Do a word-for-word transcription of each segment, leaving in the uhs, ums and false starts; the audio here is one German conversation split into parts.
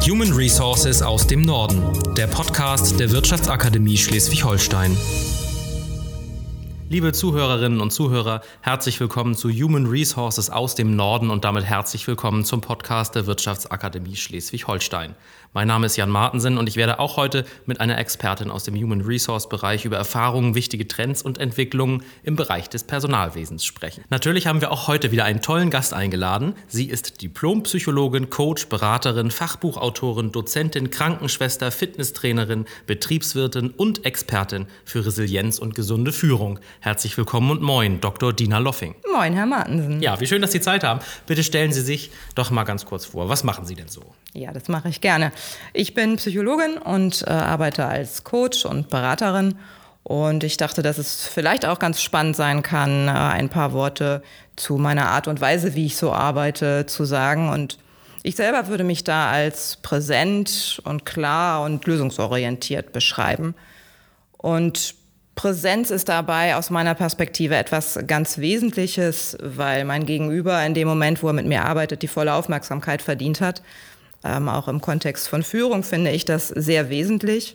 Human Resources aus dem Norden, der Podcast der Wirtschaftsakademie Schleswig-Holstein. Liebe Zuhörerinnen und Zuhörer, herzlich willkommen zu Human Resources aus dem Norden und damit herzlich willkommen zum Podcast der Wirtschaftsakademie Schleswig-Holstein. Mein Name ist Jan Martensen und ich werde auch heute mit einer Expertin aus dem Human Resource Bereich über Erfahrungen, wichtige Trends und Entwicklungen im Bereich des Personalwesens sprechen. Natürlich haben wir auch heute wieder einen tollen Gast eingeladen. Sie ist Diplompsychologin, Coach, Beraterin, Fachbuchautorin, Dozentin, Krankenschwester, Fitnesstrainerin, Betriebswirtin und Expertin für Resilienz und gesunde Führung. Herzlich willkommen und moin, Doktor Dina Loffing. Moin, Herr Martensen. Ja, wie schön, dass Sie Zeit haben. Bitte stellen Sie sich doch mal ganz kurz vor. Was machen Sie denn so? Ja, das mache ich gerne. Ich bin Psychologin und äh, arbeite als Coach und Beraterin. Und ich dachte, dass es vielleicht auch ganz spannend sein kann, äh, ein paar Worte zu meiner Art und Weise, wie ich so arbeite, zu sagen. Und ich selber würde mich da als präsent und klar und lösungsorientiert beschreiben. Und Präsenz ist dabei aus meiner Perspektive etwas ganz Wesentliches, weil mein Gegenüber in dem Moment, wo er mit mir arbeitet, die volle Aufmerksamkeit verdient hat. Ähm, auch im Kontext von Führung finde ich das sehr wesentlich.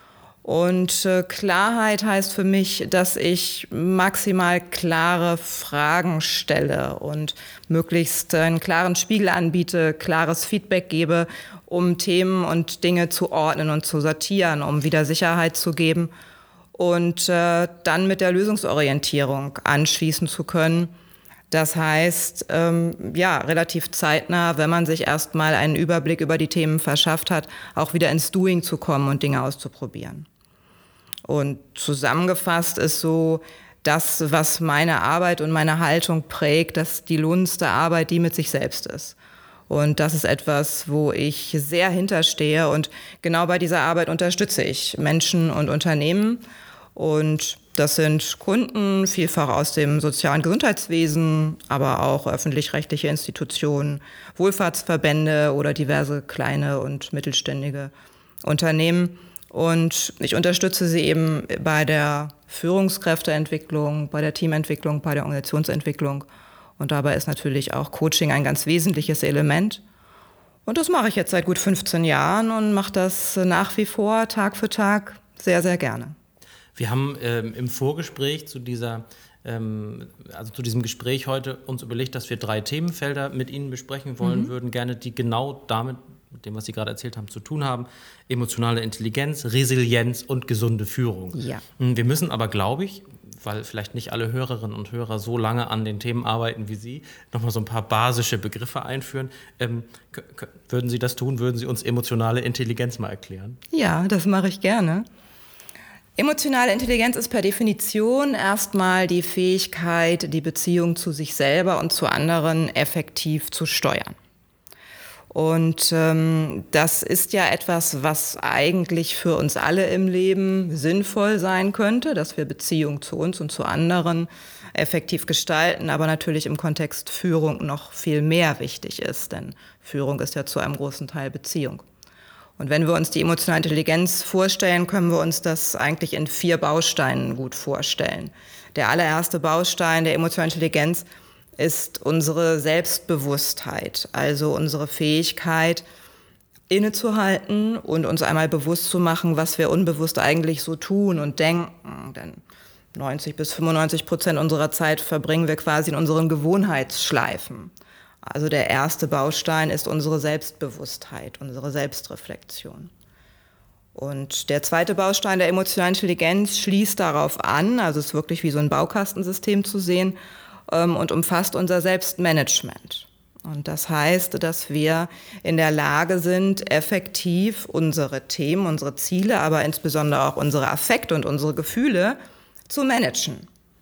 Und äh, Klarheit heißt für mich, dass ich maximal klare Fragen stelle und möglichst einen klaren Spiegel anbiete, klares Feedback gebe, um Themen und Dinge zu ordnen und zu sortieren, um wieder Sicherheit zu geben und äh, dann mit der Lösungsorientierung anschließen zu können. Das heißt, ähm, ja, relativ zeitnah, wenn man sich erstmal einen Überblick über die Themen verschafft hat, auch wieder ins Doing zu kommen und Dinge auszuprobieren. Und zusammengefasst ist so das, was meine Arbeit und meine Haltung prägt, dass die lohnendste Arbeit die mit sich selbst ist. Und das ist etwas, wo ich sehr hinterstehe. Und genau bei dieser Arbeit unterstütze ich Menschen und Unternehmen. Und das sind Kunden, vielfach aus dem sozialen Gesundheitswesen, aber auch öffentlich-rechtliche Institutionen, Wohlfahrtsverbände oder diverse kleine und mittelständige Unternehmen. Und ich unterstütze sie eben bei der Führungskräfteentwicklung, bei der Teamentwicklung, bei der Organisationsentwicklung. Und dabei ist natürlich auch Coaching ein ganz wesentliches Element. Und das mache ich jetzt seit gut fünfzehn Jahren und mache das nach wie vor Tag für Tag sehr, sehr gerne. Wir haben ähm, im Vorgespräch zu dieser, ähm, also zu diesem Gespräch heute uns überlegt, dass wir drei Themenfelder mit Ihnen besprechen wollen mhm. würden, gerne die genau damit, mit dem, was Sie gerade erzählt haben, zu tun haben. Emotionale Intelligenz, Resilienz und gesunde Führung. Ja. Wir müssen aber, glaube ich, weil vielleicht nicht alle Hörerinnen und Hörer so lange an den Themen arbeiten wie Sie, nochmal so ein paar basische Begriffe einführen. Ähm, k- k- würden Sie das tun? Würden Sie uns emotionale Intelligenz mal erklären? Ja, das mache ich gerne. Emotionale Intelligenz ist per Definition erstmal die Fähigkeit, die Beziehung zu sich selber und zu anderen effektiv zu steuern. Und ähm, das ist ja etwas, was eigentlich für uns alle im Leben sinnvoll sein könnte, dass wir Beziehung zu uns und zu anderen effektiv gestalten, aber natürlich im Kontext Führung noch viel mehr wichtig ist, denn Führung ist ja zu einem großen Teil Beziehung. Und wenn wir uns die emotionale Intelligenz vorstellen, können wir uns das eigentlich in vier Bausteinen gut vorstellen. Der allererste Baustein der emotionalen Intelligenz ist unsere Selbstbewusstheit, also unsere Fähigkeit, innezuhalten und uns einmal bewusst zu machen, was wir unbewusst eigentlich so tun und denken. Denn neunzig bis fünfundneunzig Prozent unserer Zeit verbringen wir quasi in unseren Gewohnheitsschleifen. Also der erste Baustein ist unsere Selbstbewusstheit, unsere Selbstreflexion. Und der zweite Baustein der emotionalen Intelligenz schließt darauf an, also ist wirklich wie so ein Baukastensystem zu sehen, ähm, und umfasst unser Selbstmanagement. Und das heißt, dass wir in der Lage sind, effektiv unsere Themen, unsere Ziele, aber insbesondere auch unsere Affekte und unsere Gefühle zu managen.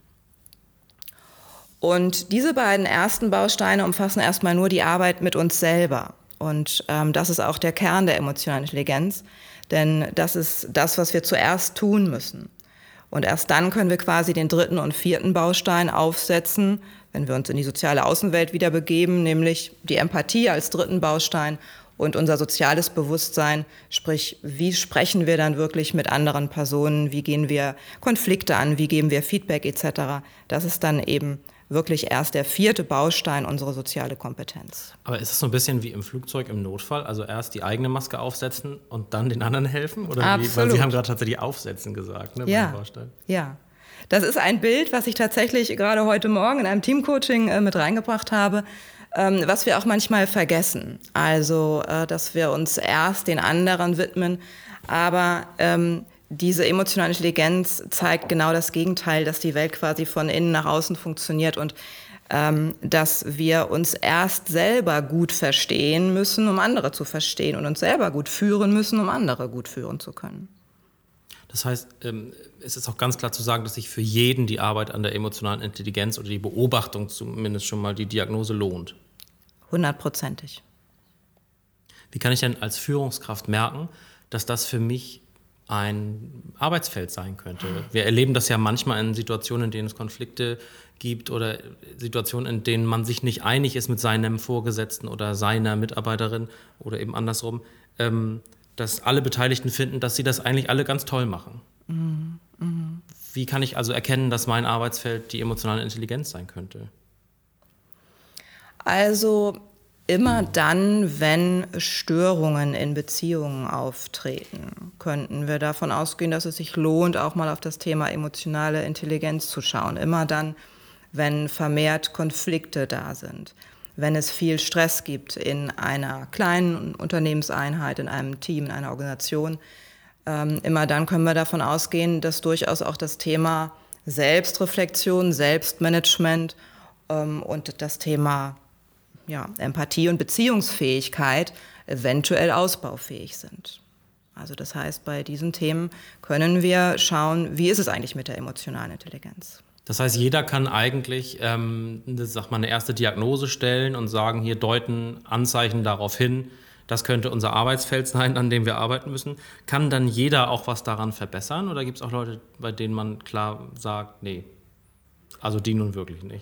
Und diese beiden ersten Bausteine umfassen erstmal nur die Arbeit mit uns selber. Und ähm, das ist auch der Kern der emotionalen Intelligenz, denn das ist das, was wir zuerst tun müssen. Und erst dann können wir quasi den dritten und vierten Baustein aufsetzen, wenn wir uns in die soziale Außenwelt wieder begeben, nämlich die Empathie als dritten Baustein und unser soziales Bewusstsein, sprich, wie sprechen wir dann wirklich mit anderen Personen, wie gehen wir Konflikte an, wie geben wir Feedback et cetera. Das ist dann eben wirklich erst der vierte Baustein, unsere soziale Kompetenz. Aber ist es so ein bisschen wie im Flugzeug im Notfall? Also erst die eigene Maske aufsetzen und dann den anderen helfen? Oder Absolut. Wie? Weil Sie haben gerade tatsächlich aufsetzen gesagt, ne, ja. beim Baustein. Ja, das ist ein Bild, was ich tatsächlich gerade heute Morgen in einem Teamcoaching äh, mit reingebracht habe, ähm, was wir auch manchmal vergessen. Also, äh, dass wir uns erst den anderen widmen, aber ähm, diese emotionale Intelligenz zeigt genau das Gegenteil, dass die Welt quasi von innen nach außen funktioniert und ähm, dass wir uns erst selber gut verstehen müssen, um andere zu verstehen und uns selber gut führen müssen, um andere gut führen zu können. Das heißt, ähm, es ist auch ganz klar zu sagen, dass sich für jeden die Arbeit an der emotionalen Intelligenz oder die Beobachtung zumindest schon mal die Diagnose lohnt. Hundertprozentig. Wie kann ich denn als Führungskraft merken, dass das für mich ein Arbeitsfeld sein könnte? Wir erleben das ja manchmal in Situationen, in denen es Konflikte gibt oder Situationen, in denen man sich nicht einig ist mit seinem Vorgesetzten oder seiner Mitarbeiterin oder eben andersrum, ähm, dass alle Beteiligten finden, dass sie das eigentlich alle ganz toll machen. Mhm. Mhm. Wie kann ich also erkennen, dass mein Arbeitsfeld die emotionale Intelligenz sein könnte? Also immer dann, wenn Störungen in Beziehungen auftreten, könnten wir davon ausgehen, dass es sich lohnt, auch mal auf das Thema emotionale Intelligenz zu schauen. Immer dann, wenn vermehrt Konflikte da sind, wenn es viel Stress gibt in einer kleinen Unternehmenseinheit, in einem Team, in einer Organisation. Ähm, immer dann können wir davon ausgehen, dass durchaus auch das Thema Selbstreflexion, Selbstmanagement ähm, und das Thema Ja, Empathie und Beziehungsfähigkeit eventuell ausbaufähig sind. Also das heißt, bei diesen Themen können wir schauen, wie ist es eigentlich mit der emotionalen Intelligenz. Das heißt, jeder kann eigentlich ähm, eine, sag mal, eine erste Diagnose stellen und sagen, hier deuten Anzeichen darauf hin, das könnte unser Arbeitsfeld sein, an dem wir arbeiten müssen. Kann dann jeder auch was daran verbessern oder gibt es auch Leute, bei denen man klar sagt, nee, also die nun wirklich nicht?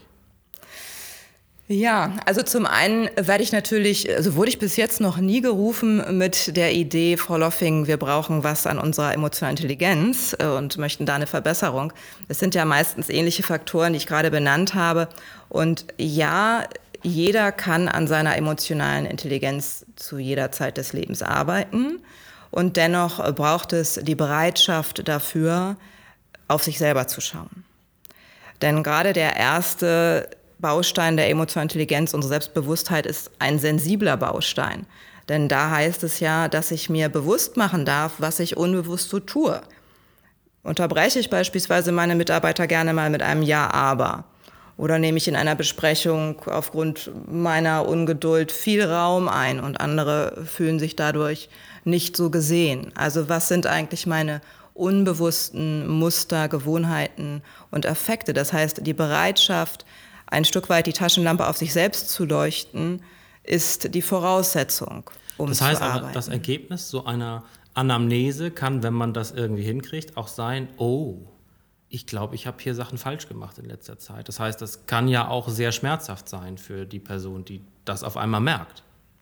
Ja, also zum einen werde ich natürlich, also wurde ich bis jetzt noch nie gerufen mit der Idee, Frau Loffing, wir brauchen was an unserer emotionalen Intelligenz und möchten da eine Verbesserung. Es sind ja meistens ähnliche Faktoren, die ich gerade benannt habe. Und ja, jeder kann an seiner emotionalen Intelligenz zu jeder Zeit des Lebens arbeiten. Und dennoch braucht es die Bereitschaft dafür, auf sich selber zu schauen. Denn gerade der erste Baustein der emotionalen Intelligenz, unsere Selbstbewusstheit, ist ein sensibler Baustein. Denn da heißt es ja, dass ich mir bewusst machen darf, was ich unbewusst so tue. Unterbreche ich beispielsweise meine Mitarbeiter gerne mal mit einem Ja, aber. Oder nehme ich in einer Besprechung aufgrund meiner Ungeduld viel Raum ein und andere fühlen sich dadurch nicht so gesehen. Also was sind eigentlich meine unbewussten Muster, Gewohnheiten und Affekte? Das heißt, die Bereitschaft, ein Stück weit die Taschenlampe auf sich selbst zu leuchten, ist die Voraussetzung, um das heißt zu arbeiten. Aber, das Ergebnis so einer Anamnese kann, wenn man das irgendwie hinkriegt, auch sein, oh, ich glaube, ich habe hier Sachen falsch gemacht in letzter Zeit. Das heißt, das kann ja auch sehr schmerzhaft sein für die Person, die das auf einmal merkt.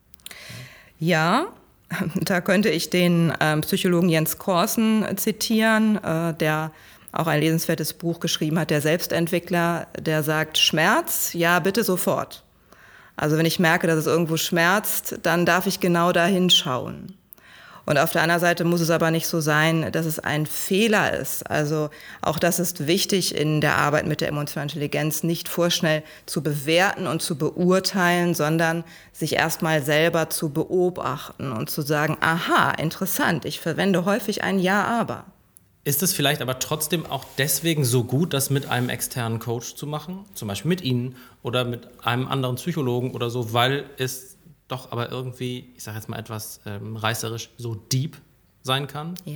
Ja, da könnte ich den ähm, Psychologen Jens Korsen zitieren, äh, der auch ein lesenswertes Buch geschrieben hat, der Selbstentwickler, der sagt, Schmerz, ja, bitte sofort. Also wenn ich merke, dass es irgendwo schmerzt, dann darf ich genau da hinschauen. Und auf der anderen Seite muss es aber nicht so sein, dass es ein Fehler ist. Also auch das ist wichtig in der Arbeit mit der emotionalen Intelligenz, nicht vorschnell zu bewerten und zu beurteilen, sondern sich erstmal selber zu beobachten und zu sagen, aha, interessant, ich verwende häufig ein Ja, aber. Ist es vielleicht aber trotzdem auch deswegen so gut, das mit einem externen Coach zu machen, zum Beispiel mit Ihnen oder mit einem anderen Psychologen oder so, weil es doch aber irgendwie, ich sage jetzt mal etwas ähm, reißerisch, so deep sein kann? Ja.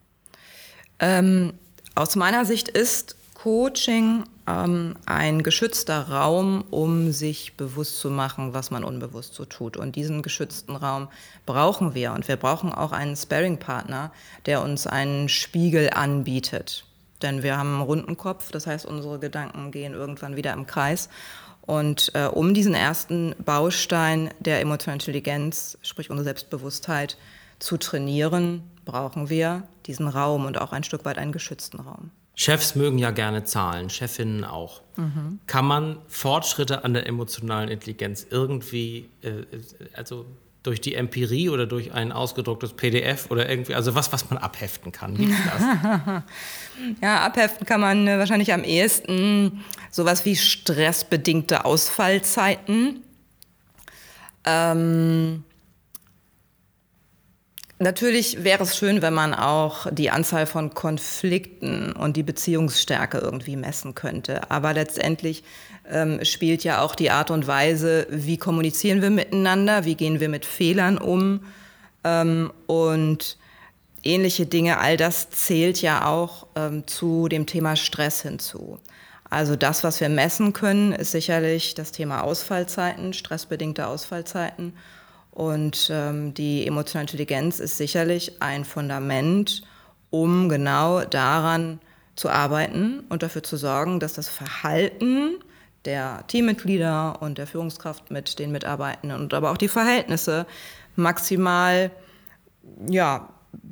Ähm, aus meiner Sicht ist Coaching ähm, ein geschützter Raum, um sich bewusst zu machen, was man unbewusst so tut. Und diesen geschützten Raum brauchen wir. Und wir brauchen auch einen Sparring-Partner, der uns einen Spiegel anbietet. Denn wir haben einen runden Kopf, das heißt, unsere Gedanken gehen irgendwann wieder im Kreis. Und äh, um diesen ersten Baustein der emotionalen Intelligenz, sprich unsere Selbstbewusstheit, zu trainieren, brauchen wir diesen Raum und auch ein Stück weit einen geschützten Raum. Chefs mögen ja gerne Zahlen, Chefinnen auch. Mhm. Kann man Fortschritte an der emotionalen Intelligenz irgendwie, äh, also durch die Empirie oder durch ein ausgedrucktes P D F oder irgendwie, also was, was man abheften kann? Gibt's das? Ja, abheften kann man äh, wahrscheinlich am ehesten sowas wie stressbedingte Ausfallzeiten. Ähm, natürlich wäre es schön, wenn man auch die Anzahl von Konflikten und die Beziehungsstärke irgendwie messen könnte. Aber letztendlich ähm, spielt ja auch die Art und Weise, wie kommunizieren wir miteinander, wie gehen wir mit Fehlern um ähm, und ähnliche Dinge. All das zählt ja auch ähm, zu dem Thema Stress hinzu. Also das, was wir messen können, ist sicherlich das Thema Ausfallzeiten, stressbedingte Ausfallzeiten. Und ähm, die emotionale Intelligenz ist sicherlich ein Fundament, um genau daran zu arbeiten und dafür zu sorgen, dass das Verhalten der Teammitglieder und der Führungskraft mit den Mitarbeitenden und aber auch die Verhältnisse maximal ja,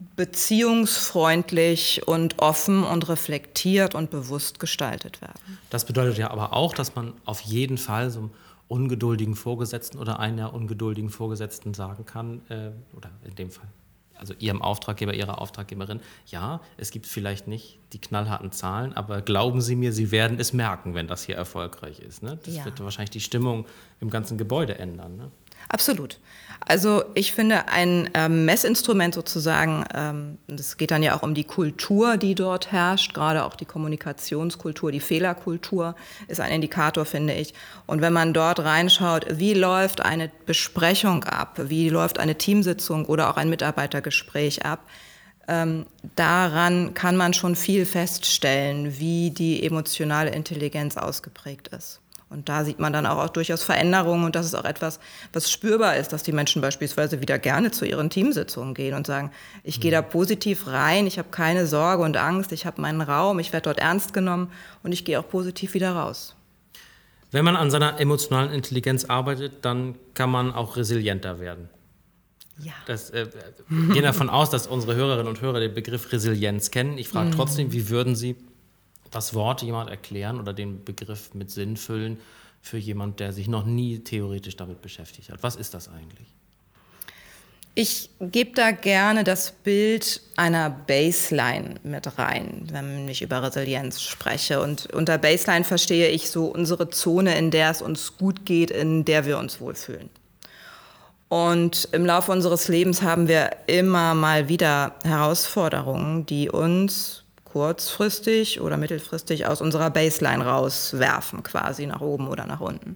beziehungsfreundlich und offen und reflektiert und bewusst gestaltet werden. Das bedeutet ja aber auch, dass man auf jeden Fall so einem ungeduldigen Vorgesetzten oder einer ungeduldigen Vorgesetzten sagen kann, äh, oder in dem Fall, also Ihrem Auftraggeber, Ihrer Auftraggeberin, ja, es gibt vielleicht nicht die knallharten Zahlen, aber glauben Sie mir, Sie werden es merken, wenn das hier erfolgreich ist. Ne? Das ja. wird wahrscheinlich die Stimmung im ganzen Gebäude ändern. Ne? Absolut. Also ich finde, ein ähm, Messinstrument sozusagen, ähm, das geht dann ja auch um die Kultur, die dort herrscht, gerade auch die Kommunikationskultur, die Fehlerkultur ist ein Indikator, finde ich. Und wenn man dort reinschaut, wie läuft eine Besprechung ab, wie läuft eine Teamsitzung oder auch ein Mitarbeitergespräch ab, ähm, daran kann man schon viel feststellen, wie die emotionale Intelligenz ausgeprägt ist. Und da sieht man dann auch, auch durchaus Veränderungen und das ist auch etwas, was spürbar ist, dass die Menschen beispielsweise wieder gerne zu ihren Teamsitzungen gehen und sagen, ich mhm. gehe da positiv rein, ich habe keine Sorge und Angst, ich habe meinen Raum, ich werde dort ernst genommen und ich gehe auch positiv wieder raus. Wenn man an seiner emotionalen Intelligenz arbeitet, dann kann man auch resilienter werden. Ja. Das, äh, wir gehen davon aus, dass unsere Hörerinnen und Hörer den Begriff Resilienz kennen. Ich frage mhm. trotzdem, wie würden Sie das Wort jemand erklären oder den Begriff mit Sinn füllen für jemand, der sich noch nie theoretisch damit beschäftigt hat? Was ist das eigentlich? Ich gebe da gerne das Bild einer Baseline mit rein, wenn ich über Resilienz spreche. Und unter Baseline verstehe ich so unsere Zone, in der es uns gut geht, in der wir uns wohlfühlen. Und im Laufe unseres Lebens haben wir immer mal wieder Herausforderungen, die uns kurzfristig oder mittelfristig aus unserer Baseline rauswerfen, quasi nach oben oder nach unten.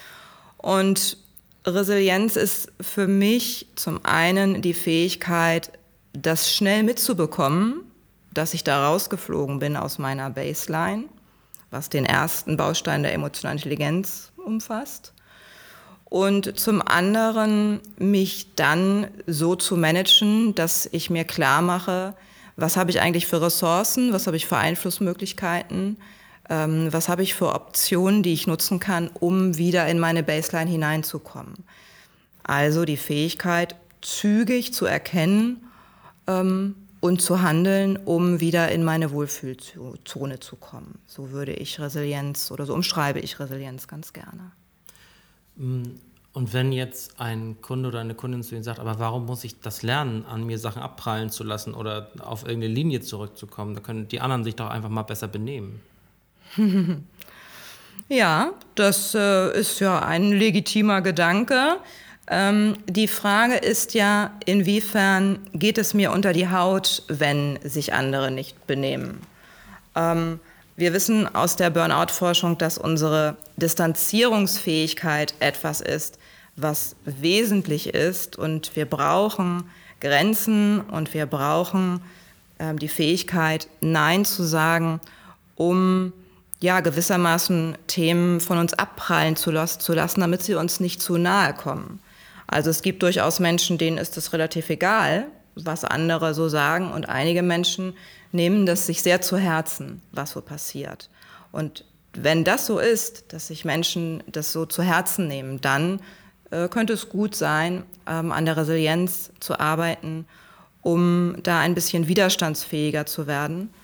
Und Resilienz ist für mich zum einen die Fähigkeit, das schnell mitzubekommen, dass ich da rausgeflogen bin aus meiner Baseline, was den ersten Baustein der emotionalen Intelligenz umfasst. Und zum anderen mich dann so zu managen, dass ich mir klar mache, was habe ich eigentlich für Ressourcen, was habe ich für Einflussmöglichkeiten, ähm, was habe ich für Optionen, die ich nutzen kann, um wieder in meine Baseline hineinzukommen. Also die Fähigkeit, zügig zu erkennen ähm, und zu handeln, um wieder in meine Wohlfühlzone zu kommen. So würde ich Resilienz oder so umschreibe ich Resilienz ganz gerne. Und wenn jetzt ein Kunde oder eine Kundin zu Ihnen sagt, aber warum muss ich das lernen, an mir Sachen abprallen zu lassen oder auf irgendeine Linie zurückzukommen, da können die anderen sich doch einfach mal besser benehmen. Ja, das äh, ist ja ein legitimer Gedanke. Ähm, die Frage ist ja, inwiefern geht es mir unter die Haut, wenn sich andere nicht benehmen? Ähm, Wir wissen aus der Burnout-Forschung, dass unsere Distanzierungsfähigkeit etwas ist, was wesentlich ist. Und wir brauchen Grenzen und wir brauchen äh, die Fähigkeit, Nein zu sagen, um ja, gewissermaßen Themen von uns abprallen zu lassen, damit sie uns nicht zu nahe kommen. Also es gibt durchaus Menschen, denen ist es relativ egal, was andere so sagen. Und einige Menschen nehmen das sich sehr zu Herzen, was so passiert. Und wenn das so ist, dass sich Menschen das so zu Herzen nehmen, dann äh, könnte es gut sein, ähm, an der Resilienz zu arbeiten, um da ein bisschen widerstandsfähiger zu werden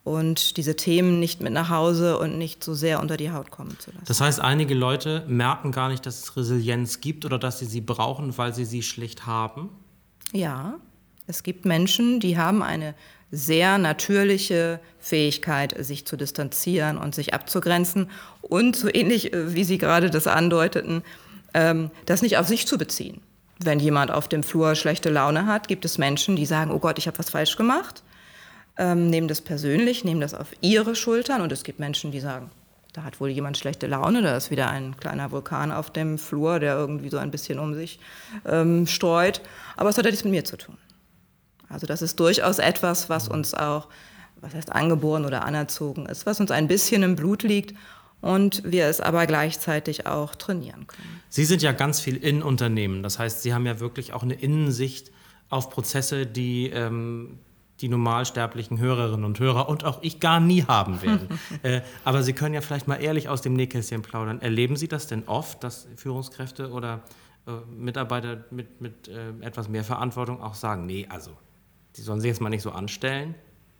und diese Themen nicht mit nach Hause und nicht so sehr unter die Haut kommen zu lassen. Das heißt, einige Leute merken gar nicht, dass es Resilienz gibt oder dass sie sie brauchen, weil sie sie schlicht haben? Ja, es gibt Menschen, die haben eine sehr natürliche Fähigkeit, sich zu distanzieren und sich abzugrenzen und so ähnlich, wie Sie gerade das andeuteten, das nicht auf sich zu beziehen. Wenn jemand auf dem Flur schlechte Laune hat, gibt es Menschen, die sagen, oh Gott, ich habe was falsch gemacht, ähm, nehmen das persönlich, nehmen das auf ihre Schultern. Und es gibt Menschen, die sagen, da hat wohl jemand schlechte Laune, da ist wieder ein kleiner Vulkan auf dem Flur, der irgendwie so ein bisschen um sich ähm, streut. Aber es hat ja nichts mit mir zu tun. Also das ist durchaus etwas, was uns auch, was heißt angeboren oder anerzogen ist, was uns ein bisschen im Blut liegt und wir es aber gleichzeitig auch trainieren können. Sie sind ja ganz viel in Unternehmen. Das heißt, Sie haben ja wirklich auch eine Innensicht auf Prozesse, die ähm, die normalsterblichen Hörerinnen und Hörer und auch ich gar nie haben werden. äh, aber Sie können ja vielleicht mal ehrlich aus dem Nähkästchen plaudern. Erleben Sie das denn oft, dass Führungskräfte oder äh, Mitarbeiter mit, mit äh, etwas mehr Verantwortung auch sagen, nee, also, die sollen sich jetzt mal nicht so anstellen?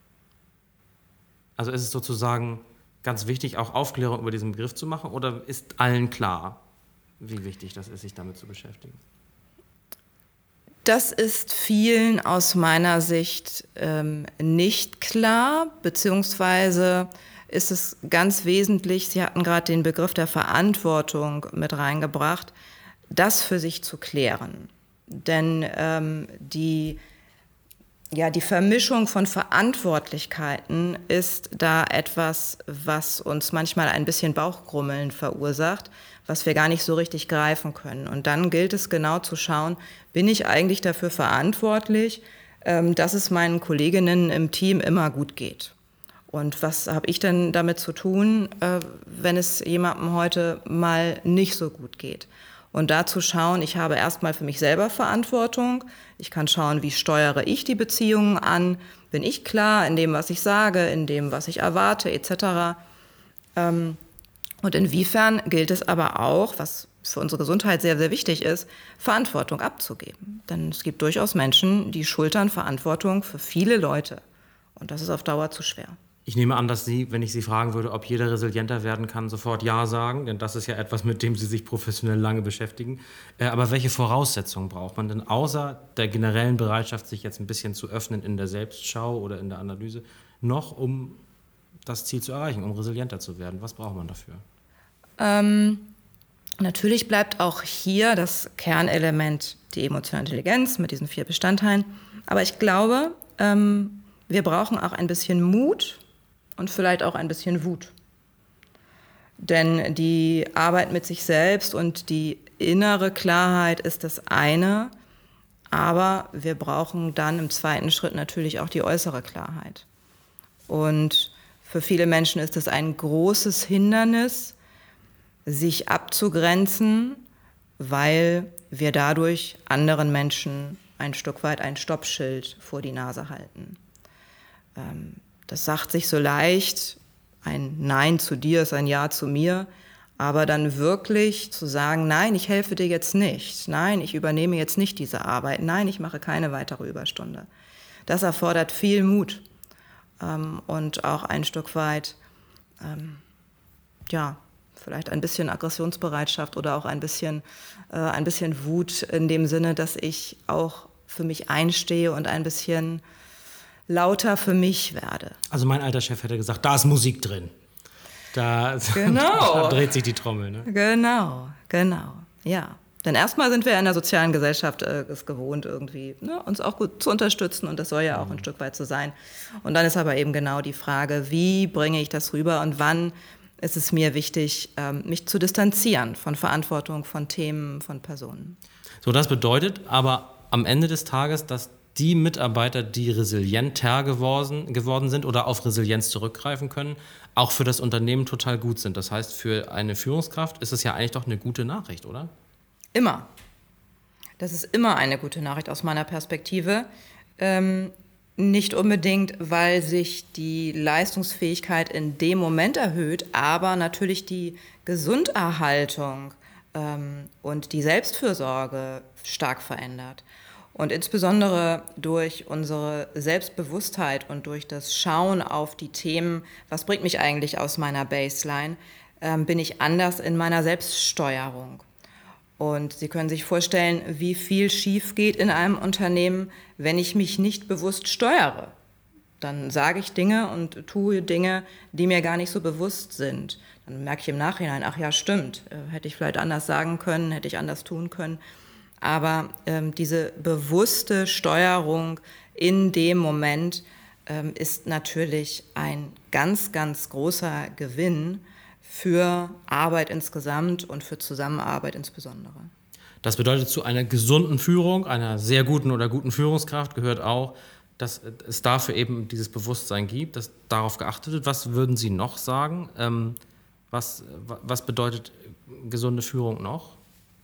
Also ist es sozusagen ganz wichtig, auch Aufklärung über diesen Begriff zu machen, oder ist allen klar, wie wichtig das ist, sich damit zu beschäftigen? Das ist vielen aus meiner Sicht ähm, nicht klar, beziehungsweise ist es ganz wesentlich, Sie hatten gerade den Begriff der Verantwortung mit reingebracht, das für sich zu klären. Denn ähm, die, ja, die Vermischung von Verantwortlichkeiten ist da etwas, was uns manchmal ein bisschen Bauchgrummeln verursacht, was wir gar nicht so richtig greifen können. Und dann gilt es genau zu schauen, bin ich eigentlich dafür verantwortlich, dass es meinen Kolleginnen im Team immer gut geht? Und was habe ich denn damit zu tun, wenn es jemandem heute mal nicht so gut geht? Und da zu schauen, ich habe erstmal für mich selber Verantwortung. Ich kann schauen, wie steuere ich die Beziehungen an? Bin ich klar in dem, was ich sage, in dem, was ich erwarte, et cetera. Und inwiefern gilt es aber auch, was für unsere Gesundheit sehr, sehr wichtig ist, Verantwortung abzugeben. Denn es gibt durchaus Menschen, die schultern Verantwortung für viele Leute. Und das ist auf Dauer zu schwer. Ich nehme an, dass Sie, wenn ich Sie fragen würde, ob jeder resilienter werden kann, sofort Ja sagen. Denn das ist ja etwas, mit dem Sie sich professionell lange beschäftigen. Aber welche Voraussetzungen braucht man denn, außer der generellen Bereitschaft, sich jetzt ein bisschen zu öffnen in der Selbstschau oder in der Analyse, noch um das Ziel zu erreichen, um resilienter zu werden? Was braucht man dafür? Ähm, natürlich bleibt auch hier das Kernelement die emotionale Intelligenz mit diesen vier Bestandteilen. Aber ich glaube, ähm, wir brauchen auch ein bisschen Mut und vielleicht auch ein bisschen Wut. Denn die Arbeit mit sich selbst und die innere Klarheit ist das eine, aber wir brauchen dann im zweiten Schritt natürlich auch die äußere Klarheit. Und für viele Menschen ist es ein großes Hindernis, sich abzugrenzen, weil wir dadurch anderen Menschen ein Stück weit ein Stoppschild vor die Nase halten. Das sagt sich so leicht, ein Nein zu dir ist ein Ja zu mir, aber dann wirklich zu sagen, nein, ich helfe dir jetzt nicht, nein, ich übernehme jetzt nicht diese Arbeit, nein, ich mache keine weitere Überstunde. Das erfordert viel Mut. Und auch ein Stück weit, ähm, ja, vielleicht ein bisschen Aggressionsbereitschaft oder auch ein bisschen, äh, ein bisschen Wut in dem Sinne, dass ich auch für mich einstehe und ein bisschen lauter für mich werde. Also mein alter Chef hätte gesagt, da ist Musik drin. Da, genau. da dreht sich die Trommel. Ne? Genau, genau, ja. Denn erstmal sind wir in der sozialen Gesellschaft äh, es gewohnt, irgendwie ne, uns auch gut zu unterstützen und das soll ja auch ein Stück weit so sein. Und dann ist aber eben genau die Frage, wie bringe ich das rüber und wann ist es mir wichtig, ähm, mich zu distanzieren von Verantwortung, von Themen, von Personen. So, das bedeutet aber am Ende des Tages, dass die Mitarbeiter, die resilienter geworden, geworden sind oder auf Resilienz zurückgreifen können, auch für das Unternehmen total gut sind. Das heißt, für eine Führungskraft ist es ja eigentlich doch eine gute Nachricht, oder? Immer. Das ist immer eine gute Nachricht aus meiner Perspektive. Ähm, nicht unbedingt, weil sich die Leistungsfähigkeit in dem Moment erhöht, aber natürlich die Gesunderhaltung ähm, und die Selbstfürsorge stark verändert. Und insbesondere durch unsere Selbstbewusstheit und durch das Schauen auf die Themen, was bringt mich eigentlich aus meiner Baseline, ähm, bin ich anders in meiner Selbststeuerung. Und Sie können sich vorstellen, wie viel schief geht in einem Unternehmen, wenn ich mich nicht bewusst steuere. Dann sage ich Dinge und tue Dinge, die mir gar nicht so bewusst sind. Dann merke ich im Nachhinein, ach ja, stimmt, äh, hätte ich vielleicht anders sagen können, hätte ich anders tun können. Aber ähm, diese bewusste Steuerung in dem Moment ähm, ist natürlich ein ganz, ganz großer Gewinn für Arbeit insgesamt und für Zusammenarbeit insbesondere. Das bedeutet, zu einer gesunden Führung, einer sehr guten oder guten Führungskraft gehört auch, dass es dafür eben dieses Bewusstsein gibt, dass darauf geachtet wird. Was würden Sie noch sagen? Ähm, was, was bedeutet gesunde Führung noch?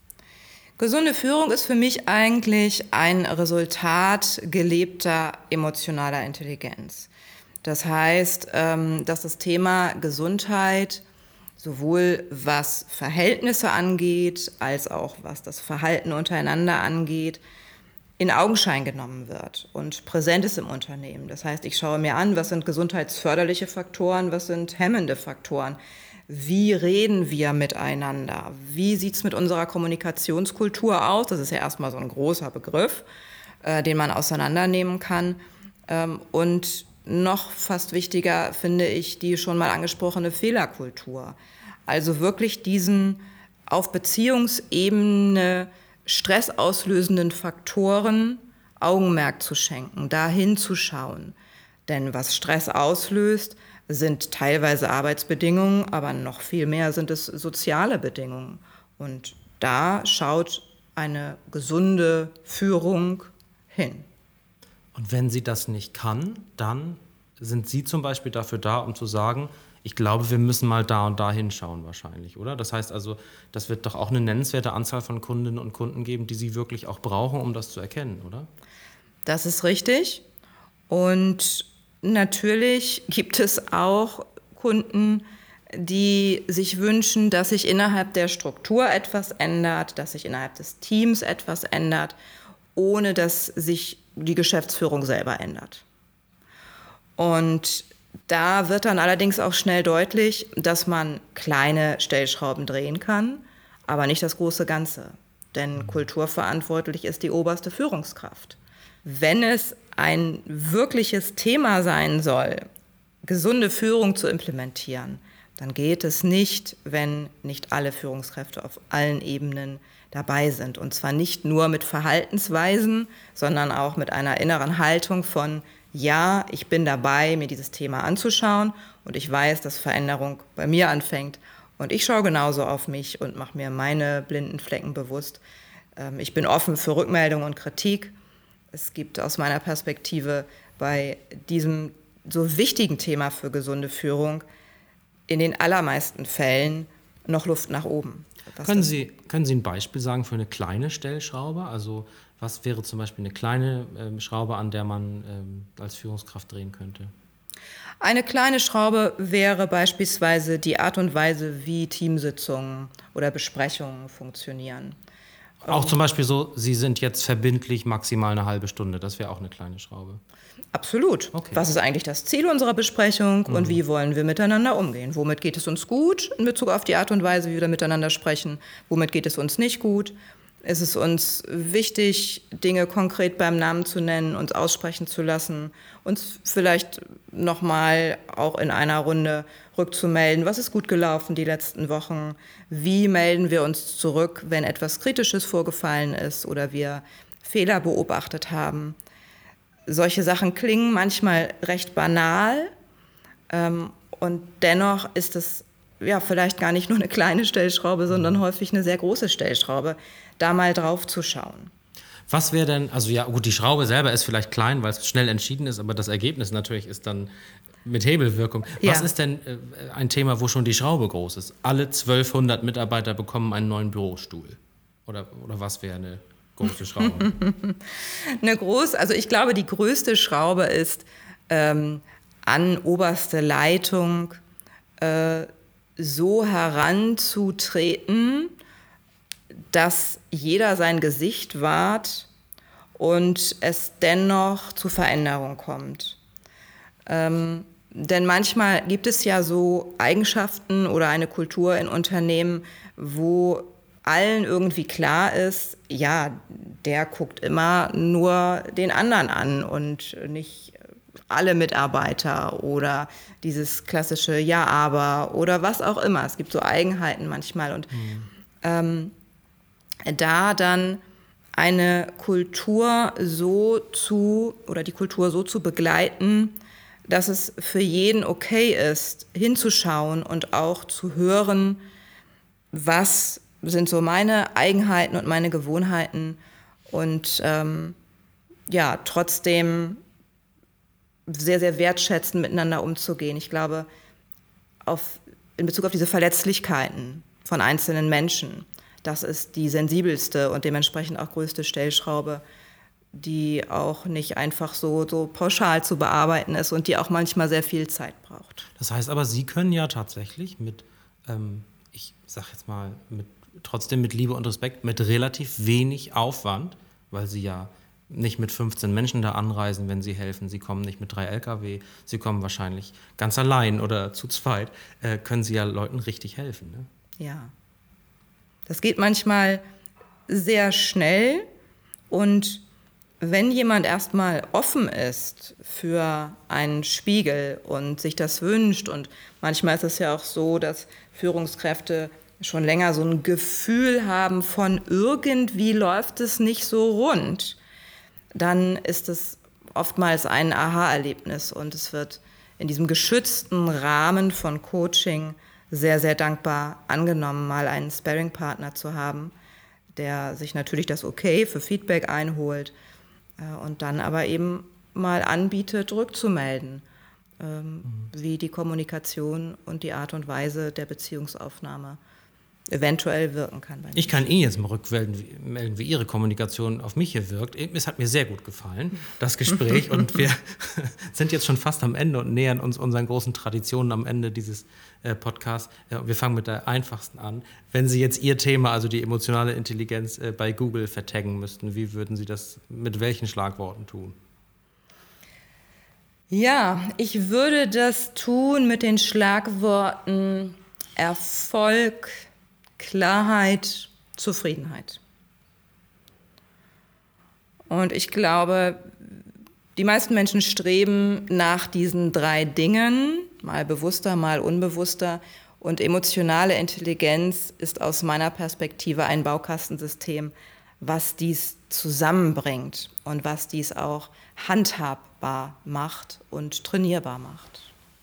Gesunde Führung ist für mich eigentlich ein Resultat gelebter emotionaler Intelligenz. Das heißt, dass das Thema Gesundheit sowohl was Verhältnisse angeht, als auch was das Verhalten untereinander angeht, in Augenschein genommen wird und präsent ist im Unternehmen. Das heißt, ich schaue mir an, was sind gesundheitsförderliche Faktoren, was sind hemmende Faktoren. Wie reden wir miteinander? Wie sieht es mit unserer Kommunikationskultur aus? Das ist ja erstmal so ein großer Begriff, äh, den man auseinandernehmen kann. Ähm, und noch fast wichtiger finde ich die schon mal angesprochene Fehlerkultur. Also wirklich diesen auf Beziehungsebene stressauslösenden Faktoren Augenmerk zu schenken, da hinzuschauen. Denn was Stress auslöst, sind teilweise Arbeitsbedingungen, aber noch viel mehr sind es soziale Bedingungen. Und da schaut eine gesunde Führung hin. Und wenn sie das nicht kann, dann sind Sie zum Beispiel dafür da, um zu sagen, ich glaube, wir müssen mal da und da hinschauen wahrscheinlich, oder? Das heißt also, das wird doch auch eine nennenswerte Anzahl von Kundinnen und Kunden geben, die Sie wirklich auch brauchen, um das zu erkennen, oder? Das ist richtig. Und natürlich gibt es auch Kunden, die sich wünschen, dass sich innerhalb der Struktur etwas ändert, dass sich innerhalb des Teams etwas ändert, ohne dass sich die Geschäftsführung selber ändert. Und da wird dann allerdings auch schnell deutlich, dass man kleine Stellschrauben drehen kann, aber nicht das große Ganze. Denn kulturverantwortlich ist die oberste Führungskraft. Wenn es ein wirkliches Thema sein soll, gesunde Führung zu implementieren, dann geht es nicht, wenn nicht alle Führungskräfte auf allen Ebenen dabei sind. Und zwar nicht nur mit Verhaltensweisen, sondern auch mit einer inneren Haltung von, ja, ich bin dabei, mir dieses Thema anzuschauen und ich weiß, dass Veränderung bei mir anfängt und ich schaue genauso auf mich und mache mir meine blinden Flecken bewusst. Ich bin offen für Rückmeldung und Kritik. Es gibt aus meiner Perspektive bei diesem so wichtigen Thema für gesunde Führung in den allermeisten Fällen noch Luft nach oben. Können Sie, können Sie ein Beispiel sagen für eine kleine Stellschraube? Also was wäre zum Beispiel eine kleine ähm, Schraube, an der man ähm, als Führungskraft drehen könnte? Eine kleine Schraube wäre beispielsweise die Art und Weise, wie Teamsitzungen oder Besprechungen funktionieren. Auch zum Beispiel so, Sie sind jetzt verbindlich maximal eine halbe Stunde. Das wäre auch eine kleine Schraube. Absolut. Okay. Was ist eigentlich das Ziel unserer Besprechung Mhm. und wie wollen wir miteinander umgehen? Womit geht es uns gut in Bezug auf die Art und Weise, wie wir miteinander sprechen? Womit geht es uns nicht gut? Ist es uns wichtig, Dinge konkret beim Namen zu nennen, uns aussprechen zu lassen, uns vielleicht nochmal auch in einer Runde rückzumelden, was ist gut gelaufen die letzten Wochen? Wie melden wir uns zurück, wenn etwas Kritisches vorgefallen ist oder wir Fehler beobachtet haben? Solche Sachen klingen manchmal recht banal ähm, und dennoch ist es ja vielleicht gar nicht nur eine kleine Stellschraube, sondern häufig eine sehr große Stellschraube, da mal drauf zu schauen. Was wäre denn, also ja gut, die Schraube selber ist vielleicht klein, weil es schnell entschieden ist, aber das Ergebnis natürlich ist dann mit Hebelwirkung. Was Ja. ist denn äh, ein Thema, wo schon die Schraube groß ist? Alle zwölfhundert Mitarbeiter bekommen einen neuen Bürostuhl. Oder, oder was wäre eine große Schraube? Eine groß, also ich glaube, die größte Schraube ist ähm, an oberste Leitung äh, so heranzutreten, dass jeder sein Gesicht wahrt und es dennoch zu Veränderung kommt. Ähm, denn manchmal gibt es ja so Eigenschaften oder eine Kultur in Unternehmen, wo allen irgendwie klar ist, ja, der guckt immer nur den anderen an und nicht alle Mitarbeiter oder dieses klassische Ja, aber oder was auch immer. Es gibt so Eigenheiten manchmal und mhm. ähm, da dann eine Kultur so zu oder die Kultur so zu begleiten, dass es für jeden okay ist, hinzuschauen und auch zu hören, was sind so meine Eigenheiten und meine Gewohnheiten und ähm, ja, trotzdem sehr, sehr wertschätzend miteinander umzugehen. Ich glaube, auf, in Bezug auf diese Verletzlichkeiten von einzelnen Menschen, das ist die sensibelste und dementsprechend auch größte Stellschraube, die auch nicht einfach so, so pauschal zu bearbeiten ist und die auch manchmal sehr viel Zeit braucht. Das heißt aber, Sie können ja tatsächlich mit, ähm, ich sag jetzt mal, mit, trotzdem mit Liebe und Respekt, mit relativ wenig Aufwand, weil Sie ja nicht mit fünfzehn Menschen da anreisen, wenn Sie helfen. Sie kommen nicht mit drei L K W, Sie kommen wahrscheinlich ganz allein oder zu zweit, äh, können Sie ja Leuten richtig helfen. Ne? Ja, das geht manchmal sehr schnell und wenn jemand erstmal offen ist für einen Spiegel und sich das wünscht und manchmal ist es ja auch so, dass Führungskräfte schon länger so ein Gefühl haben von irgendwie läuft es nicht so rund, dann ist es oftmals ein Aha-Erlebnis und es wird in diesem geschützten Rahmen von Coaching sehr, sehr dankbar angenommen, mal einen Sparring-Partner zu haben, der sich natürlich das Okay für Feedback einholt äh, und dann aber eben mal anbietet, rückzumelden, ähm, mhm. wie die Kommunikation und die Art und Weise der Beziehungsaufnahme eventuell wirken kann. Bei ich kann Ihnen jetzt mal rückmelden, wie Ihre Kommunikation auf mich hier wirkt. Es hat mir sehr gut gefallen, das Gespräch. Und wir sind jetzt schon fast am Ende und nähern uns unseren großen Traditionen am Ende dieses äh, Podcasts. Ja, wir fangen mit der einfachsten an. Wenn Sie jetzt Ihr Thema, also die emotionale Intelligenz, äh, bei Google vertaggen müssten, wie würden Sie das mit welchen Schlagworten tun? Ja, ich würde das tun mit den Schlagworten Erfolg, Klarheit, Zufriedenheit. Und ich glaube, die meisten Menschen streben nach diesen drei Dingen, mal bewusster, mal unbewusster. Und emotionale Intelligenz ist aus meiner Perspektive ein Baukastensystem, was dies zusammenbringt und was dies auch handhabbar macht und trainierbar macht.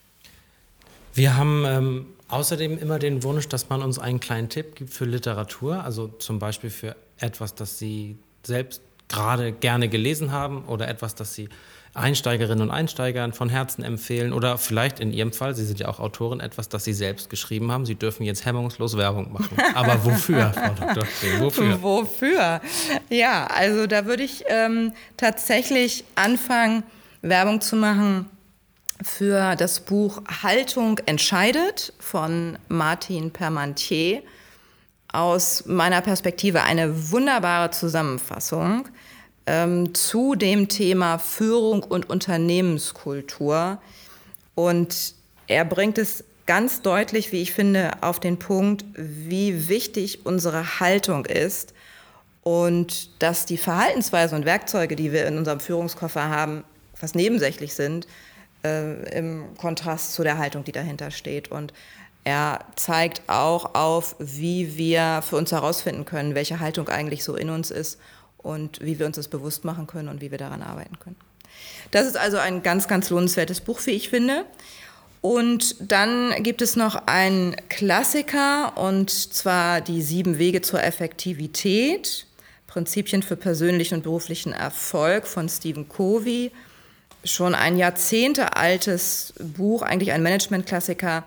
Wir haben ähm, außerdem immer den Wunsch, dass man uns einen kleinen Tipp gibt für Literatur, also zum Beispiel für etwas, das Sie selbst gerade gerne gelesen haben oder etwas, das Sie Einsteigerinnen und Einsteigern von Herzen empfehlen oder vielleicht in Ihrem Fall, Sie sind ja auch Autorin, etwas, das Sie selbst geschrieben haben. Sie dürfen jetzt hemmungslos Werbung machen. Aber wofür, Frau Doktor Spreen, wofür? Wofür? Ja, also da würde ich ähm, tatsächlich anfangen, Werbung zu machen für das Buch Haltung entscheidet von Martin Parmentier. Aus meiner Perspektive eine wunderbare Zusammenfassung ähm, zu dem Thema Führung und Unternehmenskultur. Und er bringt es ganz deutlich, wie ich finde, auf den Punkt, wie wichtig unsere Haltung ist und dass die Verhaltensweisen und Werkzeuge, die wir in unserem Führungskoffer haben, fast nebensächlich sind, äh, im Kontrast zu der Haltung, die dahinter steht. Und er zeigt auch auf, wie wir für uns herausfinden können, welche Haltung eigentlich so in uns ist und wie wir uns das bewusst machen können und wie wir daran arbeiten können. Das ist also ein ganz, ganz lohnenswertes Buch, wie ich finde. Und dann gibt es noch einen Klassiker, und zwar die sieben Wege zur Effektivität, Prinzipien für persönlichen und beruflichen Erfolg von Stephen Covey. Schon ein Jahrzehnte altes Buch, eigentlich ein Management-Klassiker,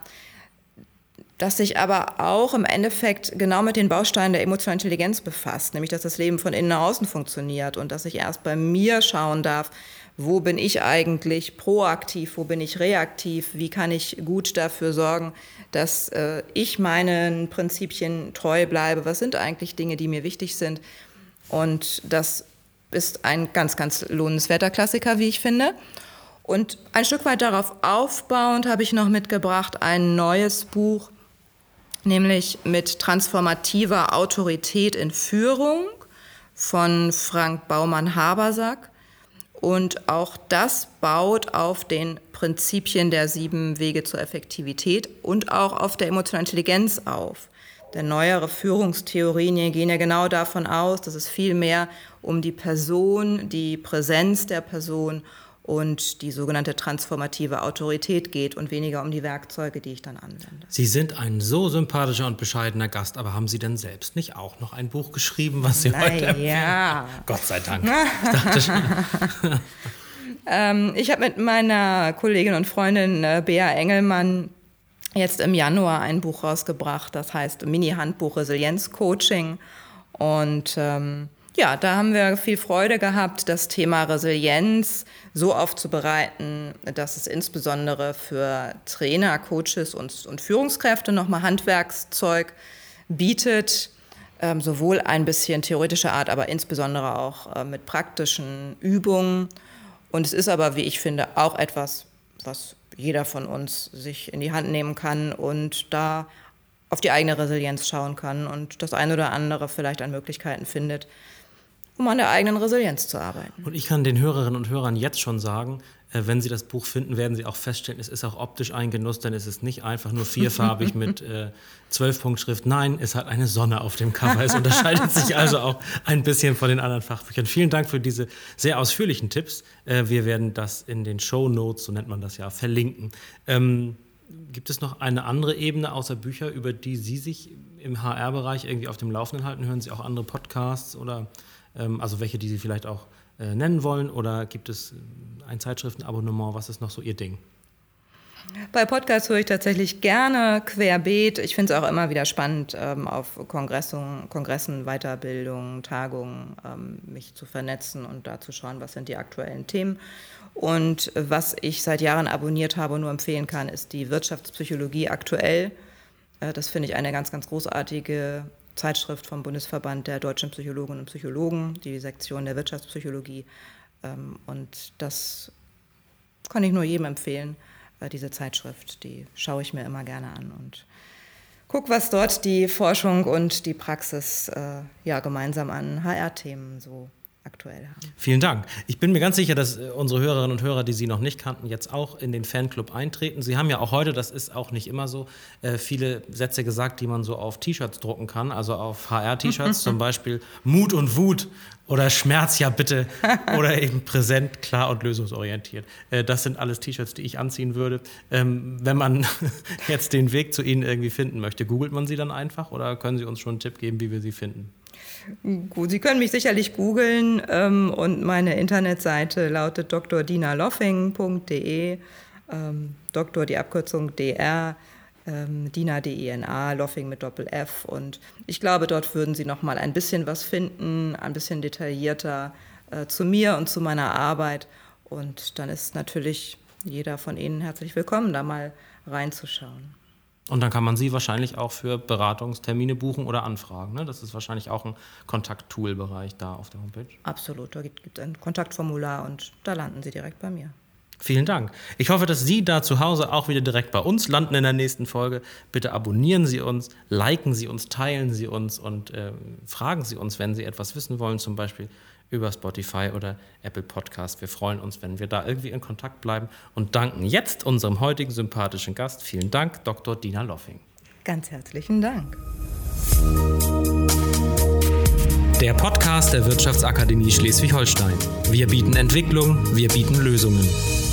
das sich aber auch im Endeffekt genau mit den Bausteinen der emotionalen Intelligenz befasst, nämlich dass das Leben von innen nach außen funktioniert und dass ich erst bei mir schauen darf, wo bin ich eigentlich proaktiv, wo bin ich reaktiv, wie kann ich gut dafür sorgen, dass äh, ich meinen Prinzipien treu bleibe, was sind eigentlich Dinge, die mir wichtig sind. Und das ist ein ganz, ganz lohnenswerter Klassiker, wie ich finde. Und ein Stück weit darauf aufbauend habe ich noch mitgebracht ein neues Buch, nämlich mit transformativer Autorität in Führung von Frank Baumann-Habersack. Und auch das baut auf den Prinzipien der sieben Wege zur Effektivität und auch auf der emotionalen Intelligenz auf. Denn neuere Führungstheorien gehen ja genau davon aus, dass es viel mehr um die Person, die Präsenz der Person und die sogenannte transformative Autorität geht und weniger um die Werkzeuge, die ich dann anwende. Sie sind ein so sympathischer und bescheidener Gast, aber haben Sie denn selbst nicht auch noch ein Buch geschrieben, was Sie Na heute empfehlen? Ja. Gott sei Dank. Ich dachte schon. ähm, ich habe mit meiner Kollegin und Freundin äh, Bea Engelmann jetzt im Januar ein Buch rausgebracht, das heißt Mini-Handbuch Resilienz-Coaching. Und ähm, ja, da haben wir viel Freude gehabt, das Thema Resilienz so aufzubereiten, dass es insbesondere für Trainer, Coaches und, und Führungskräfte nochmal Handwerkszeug bietet, ähm, sowohl ein bisschen theoretischer Art, aber insbesondere auch äh, mit praktischen Übungen. Und es ist aber, wie ich finde, auch etwas, was jeder von uns sich in die Hand nehmen kann und da auf die eigene Resilienz schauen kann und das eine oder andere vielleicht an Möglichkeiten findet, um an der eigenen Resilienz zu arbeiten. Und ich kann den Hörerinnen und Hörern jetzt schon sagen, äh, wenn Sie das Buch finden, werden Sie auch feststellen, es ist auch optisch ein Genuss, denn es ist nicht einfach nur vierfarbig mit äh, zwölf-Punkt-Schrift. Nein, es hat eine Sonne auf dem Cover. Es unterscheidet sich also auch ein bisschen von den anderen Fachbüchern. Vielen Dank für diese sehr ausführlichen Tipps. Äh, wir werden das in den Shownotes, so nennt man das ja, verlinken. Ähm, gibt es noch eine andere Ebene außer Bücher, über die Sie sich im H R-Bereich irgendwie auf dem Laufenden halten? Hören Sie auch andere Podcasts oder also welche, die Sie vielleicht auch äh, nennen wollen, oder gibt es ein Zeitschriftenabonnement? Was ist noch so Ihr Ding? Bei Podcasts höre ich tatsächlich gerne querbeet. Ich finde es auch immer wieder spannend, ähm, auf Kongressen, Kongressen, Weiterbildungen, Tagungen ähm, mich zu vernetzen und da zu schauen, was sind die aktuellen Themen. Und was ich seit Jahren abonniert habe und nur empfehlen kann, ist die Wirtschaftspsychologie aktuell. Äh, das finde ich eine ganz, ganz großartige Zeitschrift vom Bundesverband der deutschen Psychologinnen und Psychologen, die Sektion der Wirtschaftspsychologie. Und das kann ich nur jedem empfehlen, diese Zeitschrift. Die schaue ich mir immer gerne an und gucke, was dort die Forschung und die Praxis ja, gemeinsam an H R-Themen so aktuell haben. Vielen Dank. Ich bin mir ganz sicher, dass unsere Hörerinnen und Hörer, die Sie noch nicht kannten, jetzt auch in den Fanclub eintreten. Sie haben ja auch heute, das ist auch nicht immer so, äh, viele Sätze gesagt, die man so auf T-Shirts drucken kann, also auf H R-T-Shirts, zum Beispiel Mut und Wut oder Schmerz, ja bitte, oder eben präsent, klar und lösungsorientiert. Äh, das sind alles T-Shirts, die ich anziehen würde. Ähm, wenn man jetzt den Weg zu Ihnen irgendwie finden möchte, googelt man Sie dann einfach oder können Sie uns schon einen Tipp geben, wie wir Sie finden? Gut, Sie können mich sicherlich googeln ähm, und meine Internetseite lautet d r dina loffing punkt d e, ähm, Doktor die Abkürzung D R, ähm, Dina D I N A, Loffing mit Doppel-F, und ich glaube, dort würden Sie noch mal ein bisschen was finden, ein bisschen detaillierter äh, zu mir und zu meiner Arbeit, und dann ist natürlich jeder von Ihnen herzlich willkommen, da mal reinzuschauen. Und dann kann man Sie wahrscheinlich auch für Beratungstermine buchen oder anfragen, ne? Das ist wahrscheinlich auch ein Kontakt-Tool-Bereich da auf der Homepage. Absolut, da gibt es ein Kontaktformular und da landen Sie direkt bei mir. Vielen Dank. Ich hoffe, dass Sie da zu Hause auch wieder direkt bei uns landen in der nächsten Folge. Bitte abonnieren Sie uns, liken Sie uns, teilen Sie uns und äh, fragen Sie uns, wenn Sie etwas wissen wollen, zum Beispiel über Spotify oder Apple Podcast. Wir freuen uns, wenn wir da irgendwie in Kontakt bleiben und danken jetzt unserem heutigen sympathischen Gast. Vielen Dank, Doktor Dina Loffing. Ganz herzlichen Dank. Der Podcast der Wirtschaftsakademie Schleswig-Holstein. Wir bieten Entwicklung, wir bieten Lösungen.